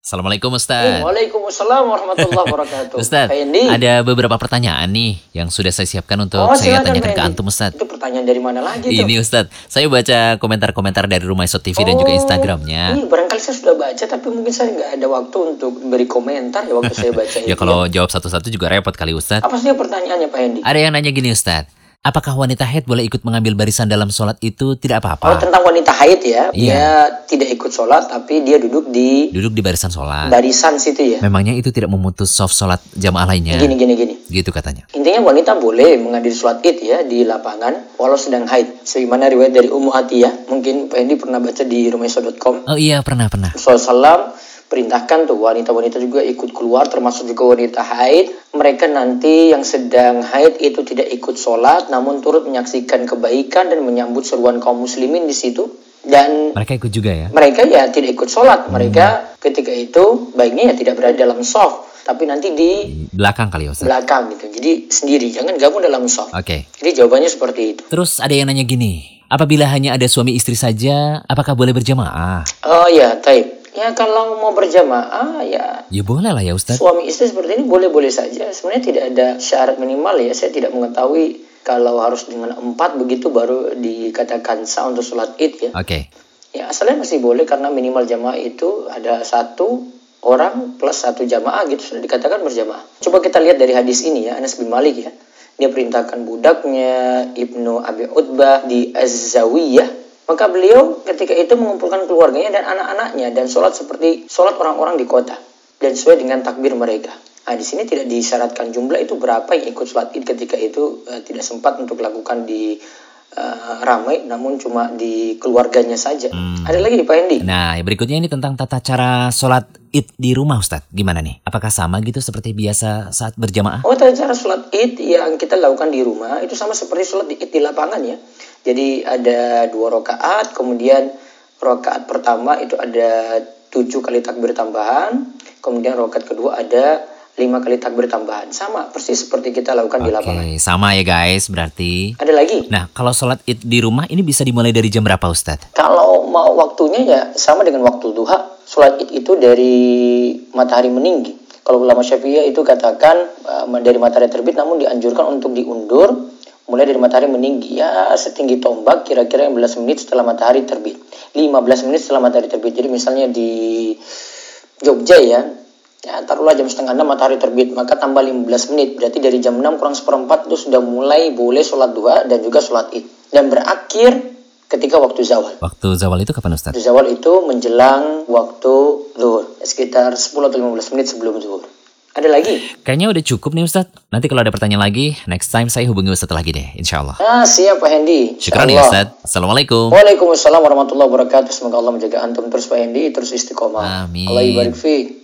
Assalamualaikum Ustaz. Waalaikumsalam warahmatullahi wabarakatuh. Ustaz, Pak Hendi. ada beberapa pertanyaan nih yang sudah saya siapkan untuk saya Silakan, tanyakan Pak ke Hendi. Antum Ustaz. Itu pertanyaan dari mana lagi tuh? Ini Ustaz, saya baca komentar-komentar dari Rumah Isot TV dan juga Instagramnya. Ini barangkali saya sudah baca, tapi mungkin saya nggak ada waktu untuk beri komentar ya waktu saya baca itu. Ya kalau jawab satu-satu juga repot kali Ustaz. Apa sih pertanyaannya Pak Hendi? Ada yang nanya gini Ustaz, apakah wanita haid boleh ikut mengambil barisan dalam sholat itu tidak Oh, apa-apa? tentang wanita haid ya. Iya. Dia tidak ikut sholat, tapi dia duduk di Duduk di barisan sholat. barisan situ ya. Memangnya itu tidak memutus soft sholat jamaah lainnya? Gini. Gitu katanya. Intinya wanita boleh menghadiri sholat id ya di lapangan walau sedang haid. Sebagaimana riwayat dari Ummu Atiyah. Mungkin Pak Hendi pernah baca di rumaiso.com. Oh iya, pernah. Rasulullah perintahkan tuh wanita-wanita juga ikut keluar, termasuk juga wanita haid. Mereka nanti yang sedang haid itu tidak ikut sholat, namun turut menyaksikan kebaikan dan menyambut seruan kaum muslimin di situ. Dan Mereka ikut juga ya? mereka ya tidak ikut sholat. Mereka ketika itu baiknya ya tidak berada dalam shaf, tapi nanti di Belakang kali ya Ustaz? belakang gitu. Jadi sendiri, jangan gabung dalam shaf. Oke. Jadi jawabannya seperti itu. Terus ada yang nanya gini, apabila hanya ada suami istri saja, apakah boleh berjamaah? Oh ya, taib. Ya kalau mau berjamaah ya Ya boleh lah ya Ustaz. suami istri seperti ini boleh-boleh saja. Sebenarnya tidak ada syarat minimal ya. Saya tidak mengetahui kalau harus dengan 4 begitu baru dikatakan sah untuk sholat id ya. Oke. Ya asalnya masih boleh karena minimal jamaah itu ada 1 orang plus 1 jamaah gitu sudah dikatakan berjamaah. Coba kita lihat dari hadis ini ya, Anas bin Malik ya. Dia perintahkan budaknya Ibnu Abi Utbah di Az-Zawiyah. Maka beliau ketika itu mengumpulkan keluarganya dan anak-anaknya dan sholat seperti sholat orang-orang di kota dan sesuai dengan takbir mereka. Nah, di sini tidak disyaratkan jumlah itu berapa yang ikut sholat id ketika itu tidak sempat untuk lakukan di ramai, namun cuma di keluarganya saja. Ada lagi Pak Hendi? Nah, berikutnya ini tentang tata cara sholat id di rumah Ustaz. Gimana nih? Apakah sama gitu seperti biasa saat berjamaah? Oh, tata cara sholat id yang kita lakukan di rumah itu sama seperti sholat id di lapangan ya. Jadi ada 2 rakaat, kemudian rakaat pertama itu ada 7 kali takbir tambahan, kemudian rakaat kedua ada 5 kali takbir tambahan. Sama persis seperti kita lakukan di lapangan. Oke, sama ya guys berarti. Ada lagi? Nah, kalau sholat id di rumah ini bisa dimulai dari jam berapa Ustaz? Kalau mau waktunya ya sama dengan waktu duha. Sholat id itu dari matahari meninggi. Kalau ulama Syafi'iyah itu katakan dari matahari terbit, namun dianjurkan untuk diundur mulai dari matahari meninggi ya setinggi tombak kira-kira 15 menit setelah matahari terbit. 15 menit setelah matahari terbit. Jadi misalnya di Jogja ya taruhlah jam 5:30 matahari terbit, maka tambah 15 menit. Berarti dari jam 6 kurang seperempat itu sudah mulai boleh sholat duha dan juga sholat id. Dan berakhir ketika waktu zawal. Waktu zawal itu kapan Ustaz? Waktu zawal itu menjelang waktu zuhur, sekitar 10 atau 15 menit sebelum zuhur. Ada lagi? Kayaknya udah cukup nih Ustaz. Nanti kalau ada pertanyaan lagi, next time saya hubungi Ustaz lagi deh, insya Allah. Siap Pak Hendi. Syukran ya Ustaz. Assalamualaikum. Waalaikumsalam warahmatullahi wabarakatuh. Semoga Allah menjaga antum terus Pak Hendi, terus istiqomah. Amin. Allah ibarik fiik.